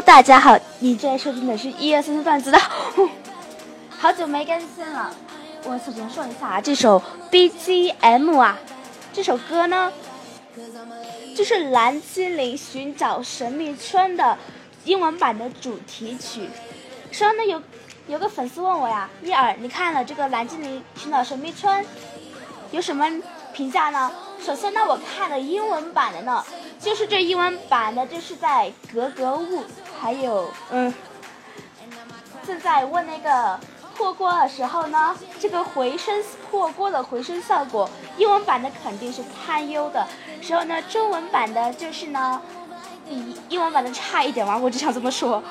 大家好，你正在收听的是123段子的，好久没更新了。我首先说一下啊，这首 BGM 啊，这首歌呢，就是蓝精灵寻找神秘村的英文版的主题曲。说呢，有个粉丝问我呀，伊尔，你看了这个蓝精灵寻找神秘村，有什么评价呢？首先呢，我看了英文版的呢，就是这英文版的，就是在格格巫，还有正在问那个破锅的时候呢，这个破锅的回声效果，英文版的肯定是堪忧的。然后呢，中文版的就是呢，比英文版的差一点嘛，我只想这么说。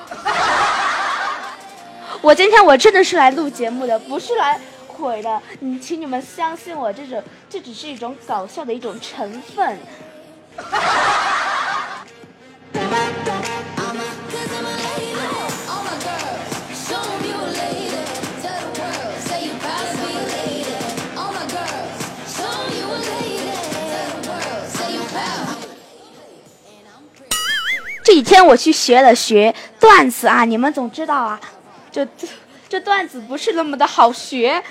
我今天真的是来录节目的，不是来毁的，请你们相信我，这只是一种搞笑的一种成分。这几天我去学段子啊，你们总知道啊，这段子不是那么的好学。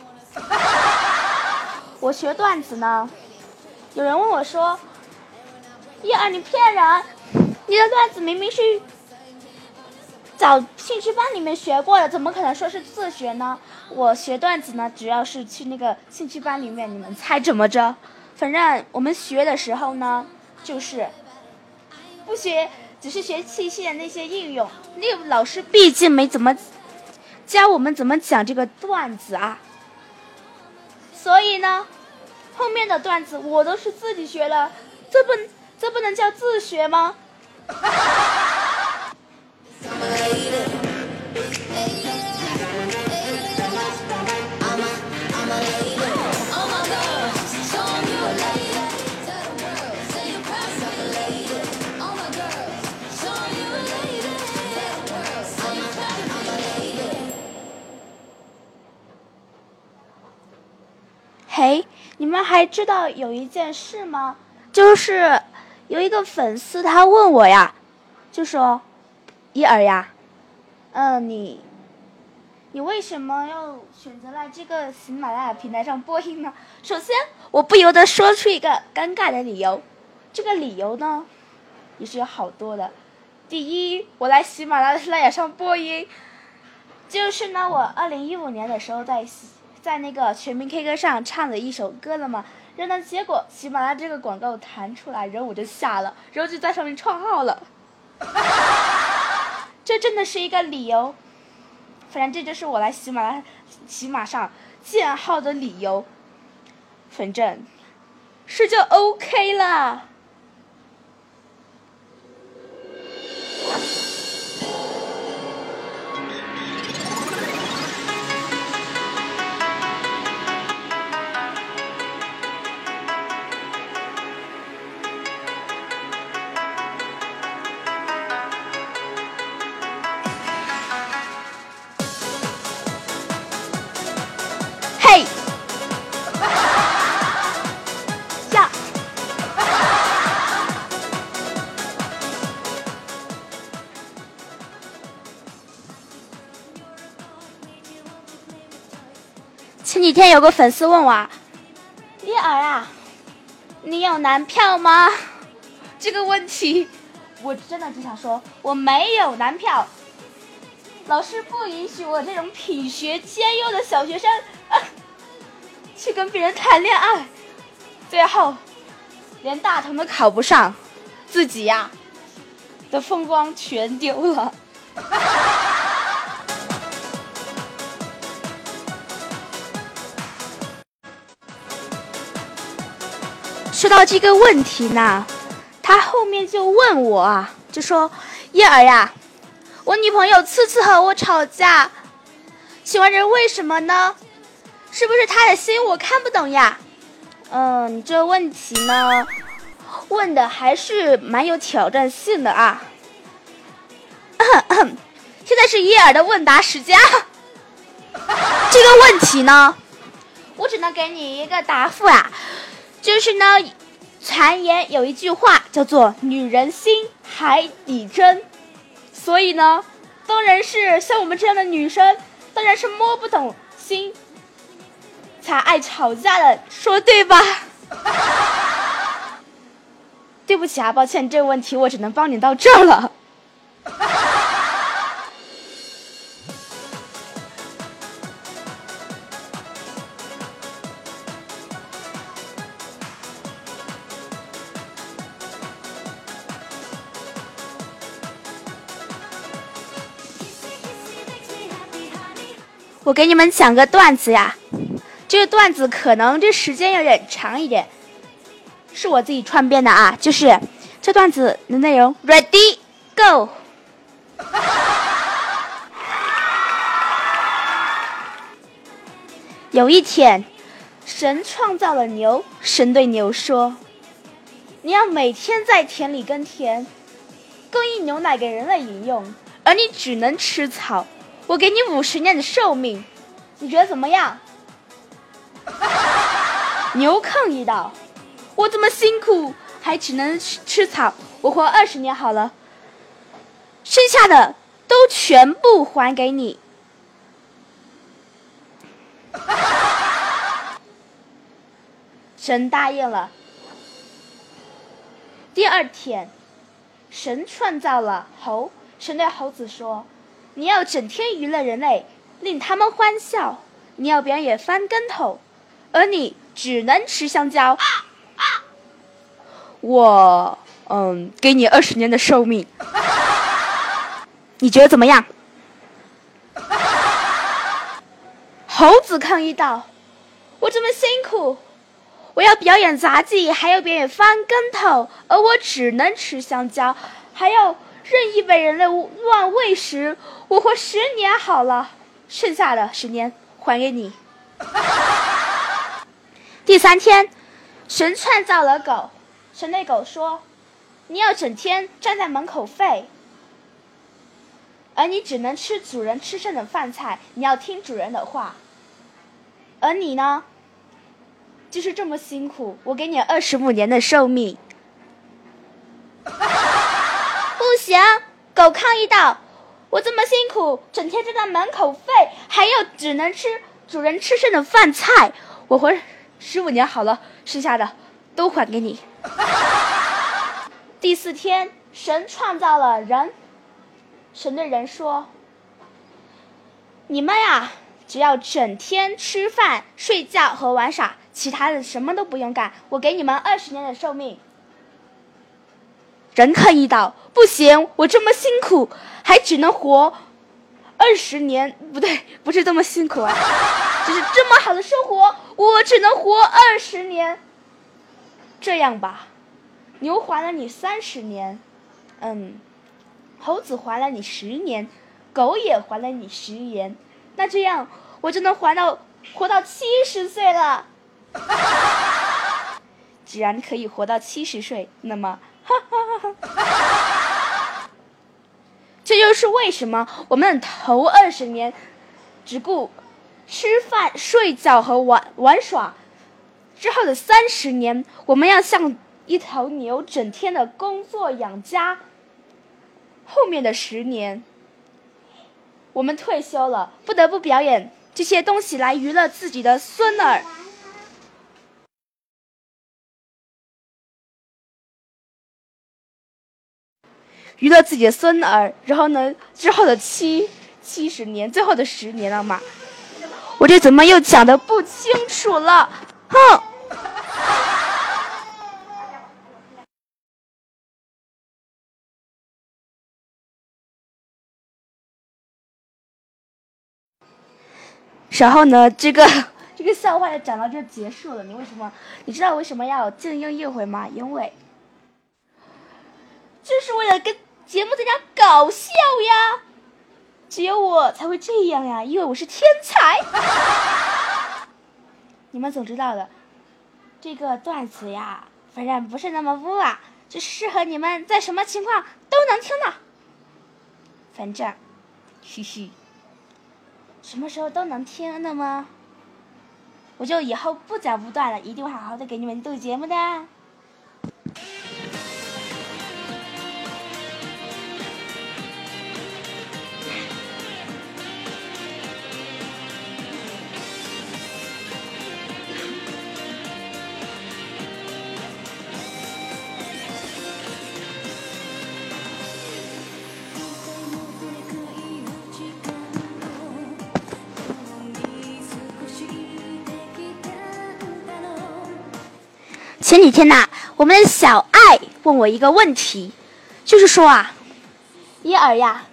我学段子呢，有人问我说：“伊尔，你骗人！你的段子明明是找兴趣班里面学过的，怎么可能说是自学呢？”我学段子呢，主要是去那个兴趣班里面，你们猜怎么着？反正我们学的时候呢，就是不学，只是学器械的那些应用。那个老师毕竟没怎么教我们怎么讲这个段子啊，所以呢，后面的段子我都是自己学的，这不能叫自学吗？嘿，你们还知道有一件事吗？就是有一个粉丝他问我呀，就说：“伊尔呀，你为什么要选择来这个喜马拉雅平台上播音呢？”首先，我不由得说出一个尴尬的理由，这个理由呢，也是有好多的。第一，我来喜马拉雅上播音，就是呢，我2015年的时候在那个全民 K 歌上唱了一首歌了嘛，然后呢，结果喜马拉雅这个广告弹出来，然后我就下了，然后就在上面创号了。这真的是一个理由，反正这就是我来喜马上建号的理由，反正是就 OK 了。嘿，呀！前几天有个粉丝问我：“伊尔啊，你有男票吗？”这个问题，我真的只想说，我没有男票。老师不允许我这种品学兼优的小学生去跟别人谈恋爱，最后连大同都考不上，自己呀的风光全丢了。说到这个问题呢，他后面就问我啊，就说：“叶儿呀，我女朋友次次和我吵架，喜欢人为什么呢？是不是她的心我看不懂呀？”你这问题呢，问的还是蛮有挑战性的啊。现在是叶儿的问答时间。这个问题呢，我只能给你一个答复啊，就是呢，传言有一句话叫做"女人心海底针"， 所以呢，当然是像我们这样的女生，当然是摸不懂心才爱吵架的，说对吧？对不起啊，抱歉，这个问题我只能帮你到这儿了。我给你们讲个段子呀，这个段子可能这时间有点长一点，是我自己创编的啊，就是这段子的内容 ，Ready Go。有一天，神创造了牛，神对牛说：“你要每天在田里耕田，供应牛奶给人类饮用，而你只能吃草。我给你50年的寿命，你觉得怎么样？”牛抗议道：“我这么辛苦，还只能吃草，我活20年好了，剩下的都全部还给你。”神答应了。第二天，神创造了猴，神对猴子说：“你要整天娱乐人类，令他们欢笑，你要表演翻跟头，而你只能吃香蕉。我给你20年的寿命，你觉得怎么样？”猴子抗议道：“我这么辛苦，我要表演杂技，还要表演翻跟头，而我只能吃香蕉，还要任意被人类乱喂食，我活10年好了，剩下的10年还给你。”第三天，神创造了狗，神对狗说：“你要整天站在门口吠，而你只能吃主人吃剩的饭菜，你要听主人的话。而你呢，就是这么辛苦，我给你25年的寿命。”不行，狗抗议道：“我这么辛苦，整天站在门口吠，还要只能吃主人吃剩的饭菜，我活15年好了，剩下的都还给你。”第4天，神创造了人，神对人说：“你们呀，只要整天吃饭、睡觉和玩耍，其他的什么都不用干，我给你们20年的寿命。”人抗议道：“不行，我这么辛苦，还只能活20年，不对，不是这么辛苦啊，就是这么好的生活，我只能活20年。这样吧，牛还了你30年，猴子还了你10年，狗也还了你10年，那这样我就能活到70岁了。既然可以活到70岁，那么这就是为什么我们头20年只顾吃饭、睡觉和玩耍，之后的30年我们要像一头牛整天的工作养家，后面的10年我们退休了，不得不表演这些东西来娱乐自己的孙儿。娱乐自己的孙儿，然后呢，之后的70年，最后的10年了嘛？我这怎么又讲得不清楚了？哼！然后呢，这个笑话也讲到这结束了。你知道为什么要静音一会吗？因为这是为了跟节目增加搞笑呀，只有我才会这样呀，因为我是天才。你们总知道的，这个段子呀，反正不是那么污啊，就适合你们在什么情况都能听的。反正，嘻嘻，什么时候都能听，那么我就以后不讲不断了，一定会好好的给你们录节目的。 前几天呐，我们的小爱问我一个问题，就是说啊，伊尔呀，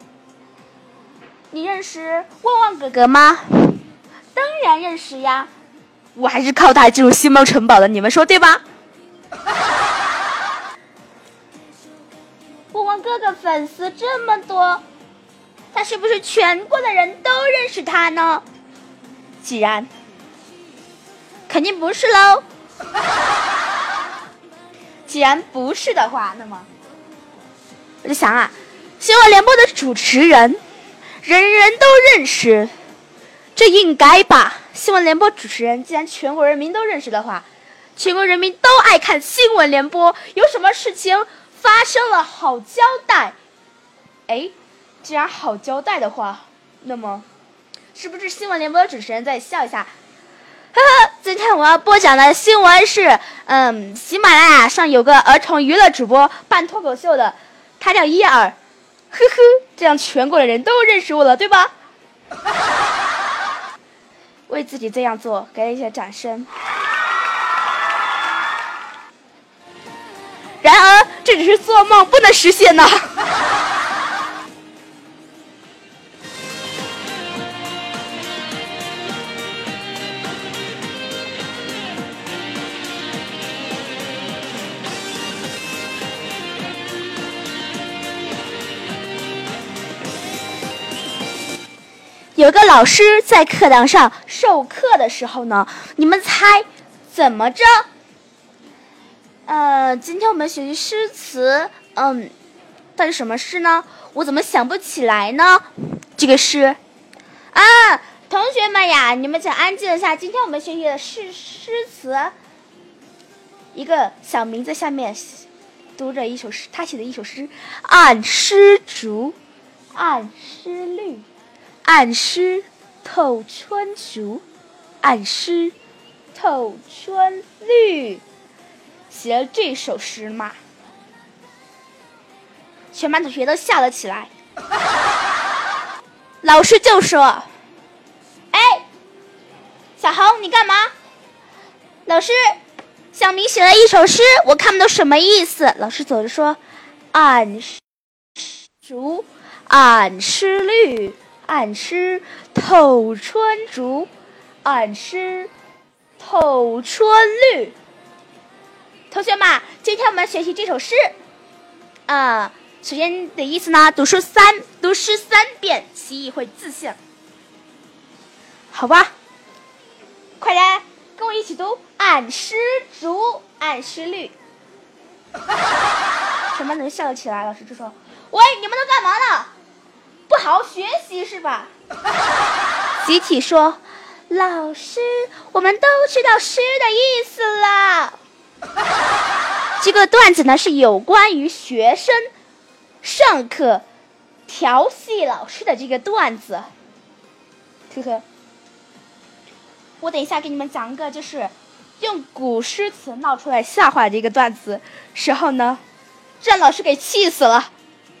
你认识旺旺哥哥吗？当然认识呀，我还是靠他进入星梦城堡的，你们说对吧？旺旺哥哥粉丝这么多，他是不是全国的人都认识他呢？既然肯定不是喽。既然不是的话，那么我就想啊，新闻联播的主持人人人都认识，这应该吧？新闻联播主持人既然全国人民都认识的话，全国人民都爱看新闻联播，有什么事情发生了好交代。哎，既然好交代的话，那么是不是新闻联播的主持人再笑一下？呵呵，今天我要播讲的新闻是，喜马拉雅上有个儿童娱乐主播办脱口秀的，他叫伊尔，呵呵，这样全国的人都认识我了，对吧？为自己这样做给了一些掌声。然而，这只是做梦，不能实现呢。有个老师在课堂上授课的时候呢，你们猜怎么着？今天我们学习诗词，到底什么诗呢？我怎么想不起来呢？这个诗啊，同学们呀，你们请安静一下。今天我们学习的是诗词，一个小名字下面读着一首诗，他写的一首诗：按诗竹，按诗绿。按诗透春竹，按诗透春绿。写了这首诗嘛，全班同学都笑了起来。老师就说：“哎，小红，你干嘛？”老师，小明写了一首诗，我看不懂什么意思。老师走着说：“按诗竹，按诗绿。按诗透春竹，按诗透春绿。”同学们，今天我们学习这首诗，首先的意思呢，读诗3遍，其意会自现。好吧，快来跟我一起读：按诗竹，按诗绿。全班同学笑了起来。老师就说：“喂，你们都干嘛呢？不好好学习是吧？”集体说：“老师，我们都知道诗的意思了。”这个段子呢是有关于学生上课调戏老师的这个段子。呵呵，我等一下给你们讲一个就是用古诗词闹出来笑话的一个段子时候呢，让老师给气死了。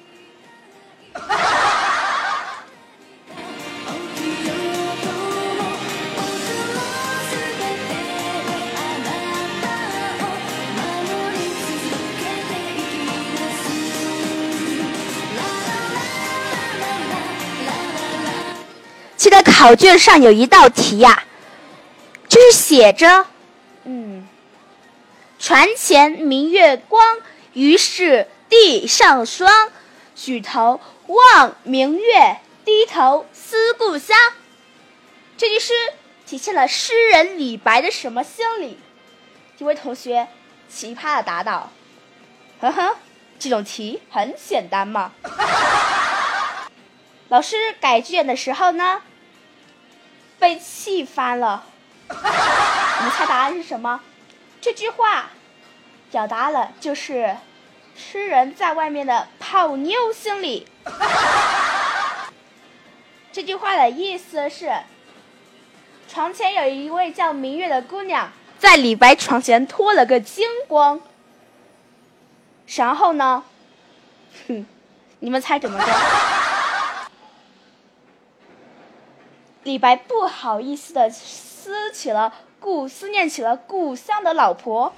记得考卷上有一道题呀，就是写着船前明月光，疑是地上霜。举头望明月，低头思故乡。这句诗体现了诗人李白的什么心理？一位同学奇葩的答道：“呵呵，这种题很简单嘛。”老师改卷的时候呢，被气翻了。你们猜答案是什么？这句话表达了就是诗人在外面的泡妞心理。这句话的意思是，床前有一位叫明月的姑娘，在李白床前脱了个精光。然后呢，你们猜怎么着？李白不好意思地撕起了思念起了故乡的老婆。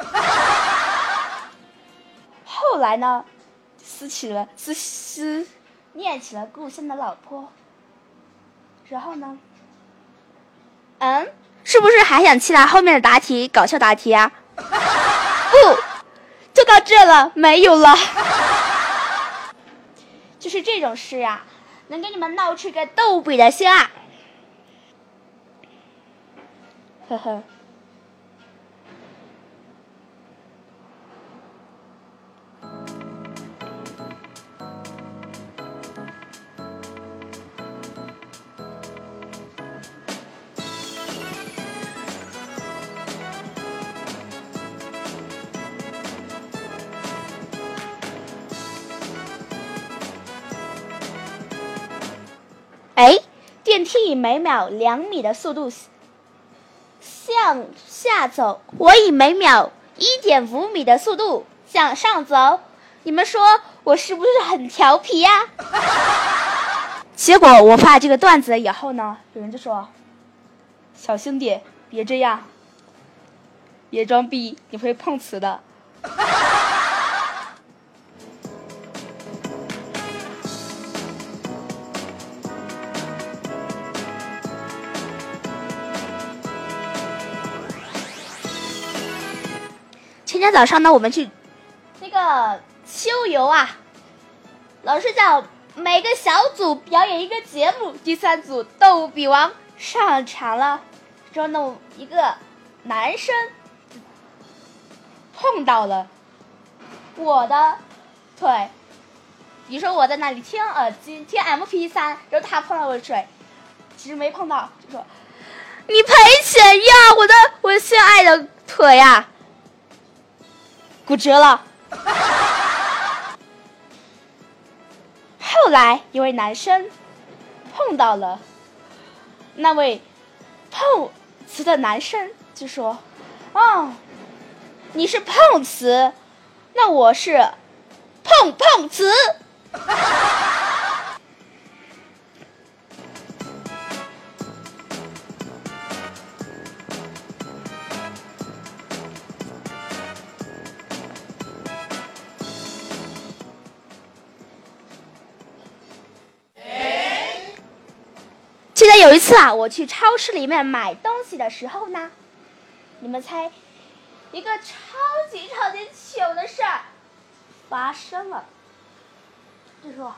后来呢，思念起了故乡的老婆。然后呢，是不是还想期待后面的答题，搞笑答题啊？不，就到这了，没有了。就是这种事啊，能给你们闹出个逗比的笑啊！呵呵。电梯以每秒2米的速度向下走，我以每秒1.5米的速度向上走，你们说我是不是很调皮呀？结果我发这个段子以后呢，有人就说：“小兄弟，别这样，别装逼，你会碰瓷的。”今天早上呢，我们去那个秋游啊，老师叫每个小组表演一个节目，第3组逗比王上场了。之后呢，一个男生碰到了我的腿，比如说我在那里听耳机听 MP3，然后他碰到我的腿，其实没碰到，就说你赔钱呀，我心爱的腿啊骨折了。后来一位男生碰到了那位碰瓷的男生，就说：“哦，你是碰瓷，那我是碰瓷。”记得有一次啊，我去超市里面买东西的时候呢，你们猜，一个超级糗的事儿发生了。就说，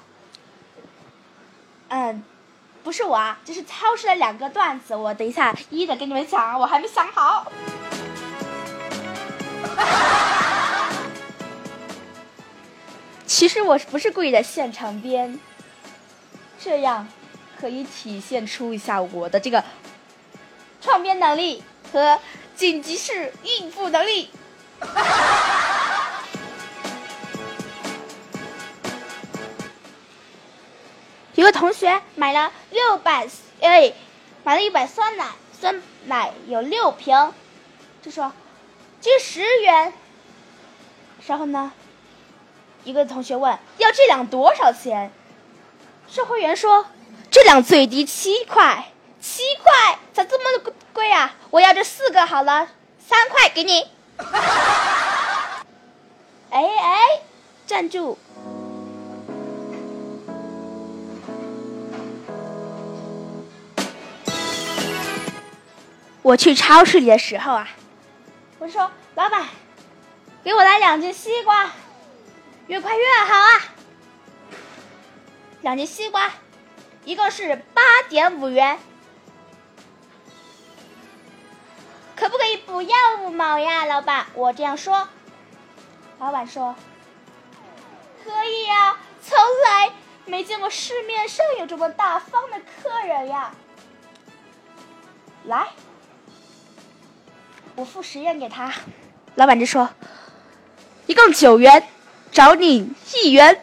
不是我啊，这是超市的2个段子，我等一下一一的跟你们讲，我还没想好。其实我不是故意的现场编，这样可以体现出一下我的这个创编能力和紧急式应付能力。有个同学买了一百酸奶有6瓶，就说这10元。然后呢，一个同学问要这两多少钱？售货员说这两最低7块，7块咋这么贵啊？我要这4个好了，3块给你。站住！我去超市里的时候啊，我说老板，给我来2斤西瓜，越快越好啊。2斤西瓜一共是8.5元，可不可以不要5毛呀，老板？我这样说，老板说可以呀，从来没见过市面上有这么大方的客人呀。来，我付10元给他，老板就说一共9元，找你1元。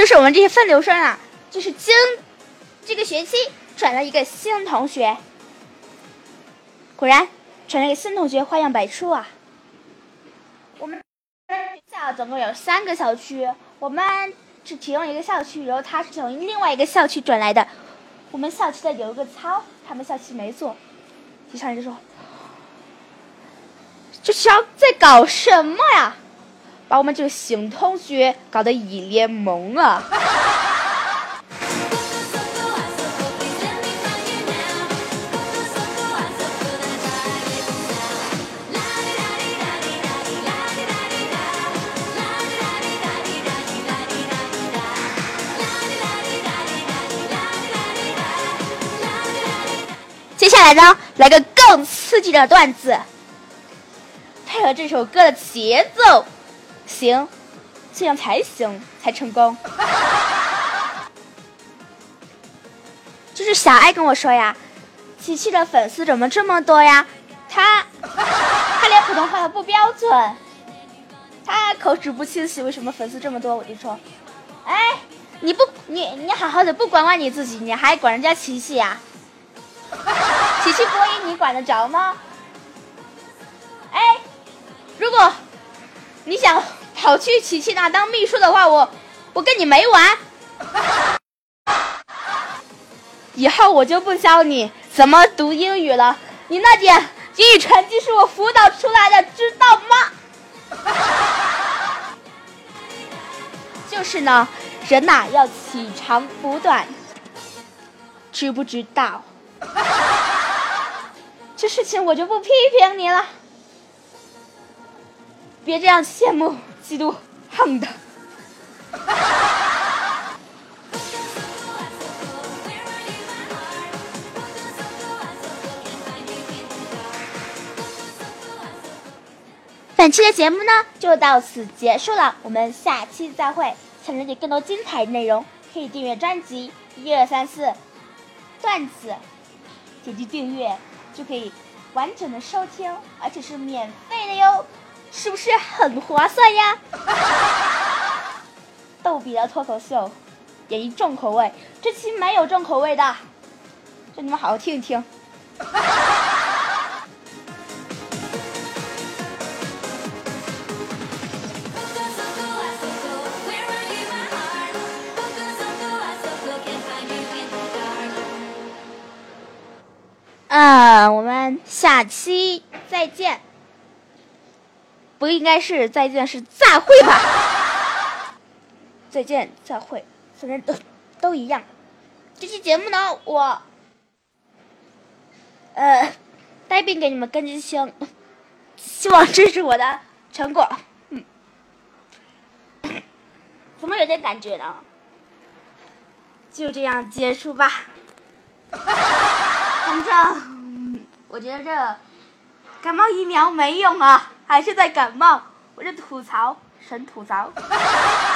就是我们这些分流生啊，就是这个学期转了一个新同学，果然转了一个新同学花样百出啊。我们学校总共有3个校区，我们是其中一个校区，然后他是从另外一个校区转来的。我们校区的有一个操，他们校区没做。地上人就说：“这学校在搞什么呀？把我们这个新同学搞得一脸懵啊！”接下来呢，来个更刺激的段子，配合这首歌的节奏，行，这样才行，才成功。就是小爱跟我说呀，琪琪的粉丝怎么这么多呀？他连普通话都不标准，他口齿不清晰，为什么粉丝这么多？我就说，哎，你好好的不管管你自己，你还管人家琪琪呀？琪琪播音你管得着吗？哎，如果你想跑去琪琪那当秘书的话，我跟你没完。以后我就不教你怎么读英语了，你那点英语成绩是我辅导出来的，知道吗？就是呢，人呐要取长补短，知不知道？这事情我就不批评你了，别这样羡慕、嫉妒、恨的。本期的节目呢就到此结束了，我们下期再会。想了解更多精彩内容，可以订阅专辑1234段子，点击订阅就可以完整的收听，而且是免费的哟，是不是很划算呀？逗比的脱口秀演绎重口味，这期没有重口味的，就你们好好听一听。我们下期再见，不应该是再见，是再会吧？再见，再会，反正都一样。这期节目呢，我带病给你们更新，希望支持我的成果。怎么有点感觉呢？就这样结束吧。反正我觉得这感冒疫苗没用啊，还是在感冒。我这吐槽，神吐槽。